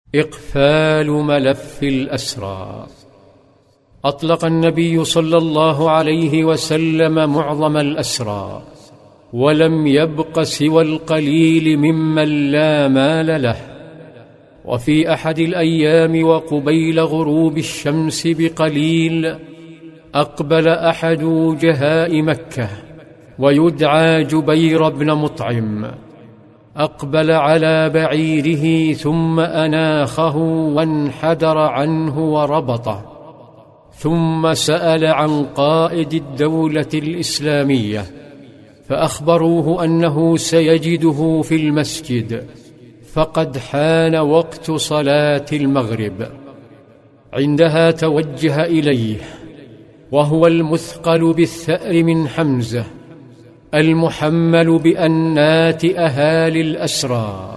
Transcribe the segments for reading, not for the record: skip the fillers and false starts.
إقفال ملف الأسرى. أطلق النبي صلى الله عليه وسلم معظم الأسرى، ولم يبق سوى القليل ممن لا مال له. وفي أحد الأيام وقبيل غروب الشمس بقليل أقبل أحد وجهاء مكة ويدعى جبير بن مطعم، أقبل على بعيره ثم أناخه وانحدر عنه وربطه، ثم سأل عن قائد الدولة الإسلامية، فأخبروه أنه سيجده في المسجد، فقد حان وقت صلاة المغرب. عندها توجه إليه وهو المثقل بالثأر من حمزة، المحمل بأنات أهالي الأسرى،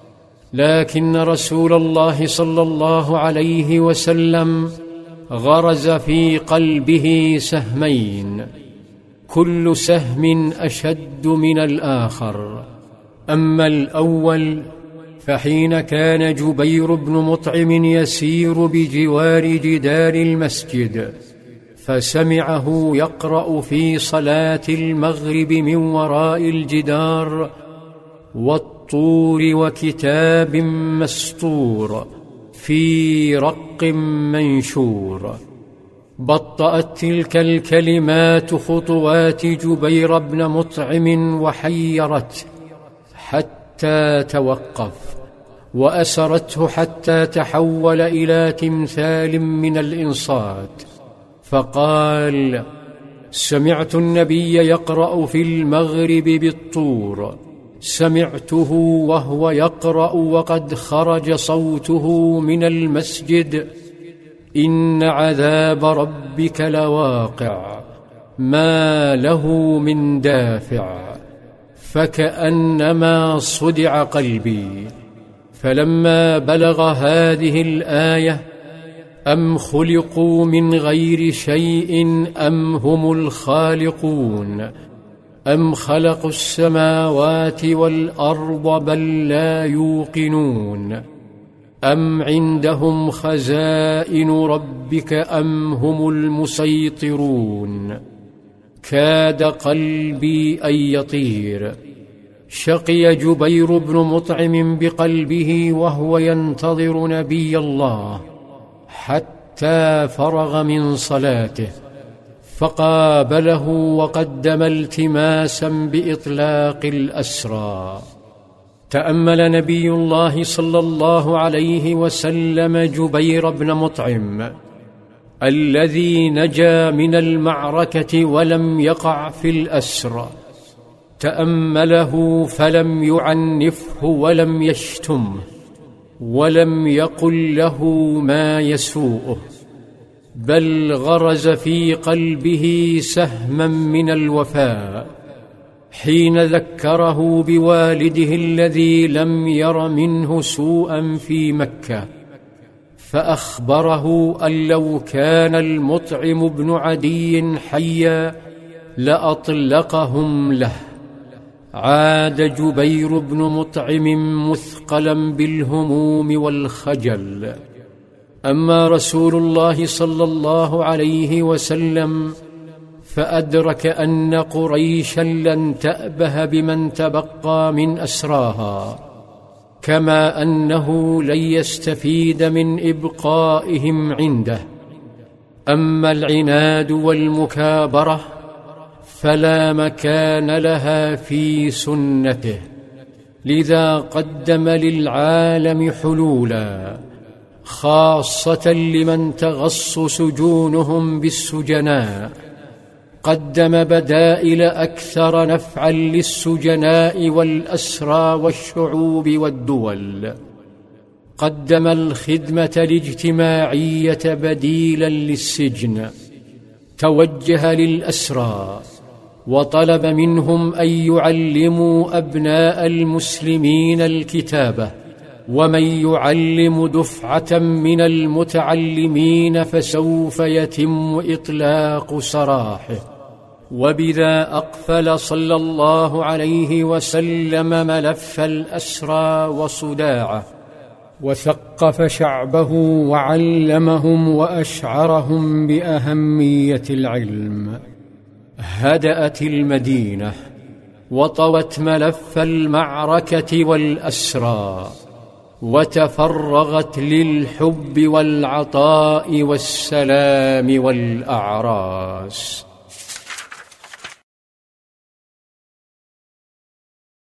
لكن رسول الله صلى الله عليه وسلم غرز في قلبه سهمين، كل سهم أشد من الآخر. أما الأول فحين كان جبير بن مطعم يسير بجوار جدار المسجد فسمعه يقرأ في صلاة المغرب من وراء الجدار: والطور وكتاب مسطور في رق منشور. بطأت تلك الكلمات خطوات جبير بن مطعم وحيرته حتى توقف، وأسرته حتى تحول إلى تمثال من الإنصات، فقال: سمعت النبي يقرأ في المغرب بالطور، سمعته وهو يقرأ وقد خرج صوته من المسجد: إن عذاب ربك لواقع ما له من دافع. فكأنما صدع قلبي. فلما بلغ هذه الآية: أم خلقوا من غير شيء أم هم الخالقون، أم خلقوا السماوات والأرض بل لا يوقنون، أم عندهم خزائن ربك أم هم المسيطرون، كاد قلبي أن يطير. شقي جبير بن مطعم بقلبه وهو ينتظر نبي الله حتى فرغ من صلاته، فقابله وقدم التماسا بإطلاق الأسرى. تأمل نبي الله صلى الله عليه وسلم جبير بن مطعم الذي نجا من المعركة ولم يقع في الأسر، تأمله فلم يعنفه ولم يشتمه ولم يقل له ما يسوءه، بل غرز في قلبه سهما من الوفاء حين ذكره بوالده الذي لم ير منه سوءا في مكة، فأخبره أن لو كان المطعم بن عدي حيا لأطلقهم له. عاد جبير بن مطعم مثقلا بالهموم والخجل. أما رسول الله صلى الله عليه وسلم فأدرك أن قريشا لن تأبه بمن تبقى من أسراها، كما أنه لن يستفيد من إبقائهم عنده. أما العناد والمكابرة فلا مكان لها في سنته، لذا قدم للعالم حلولا خاصة لمن تغص سجونهم بالسجناء، قدم بدائل أكثر نفعا للسجناء والأسرى والشعوب والدول، قدم الخدمة الاجتماعية بديلا للسجن، توجه للأسرى وطلب منهم أن يعلموا أبناء المسلمين الكتابة، ومن يعلم دفعة من المتعلمين فسوف يتم إطلاق سراحه. وبذا أقفل صلى الله عليه وسلم ملف الأسرى وصداعه، وثقف شعبه وعلمهم وأشعرهم بأهمية العلم. هدأت المدينة وطوت ملف المعركة والأسرى، وتفرغت للحب والعطاء والسلام والأعراس.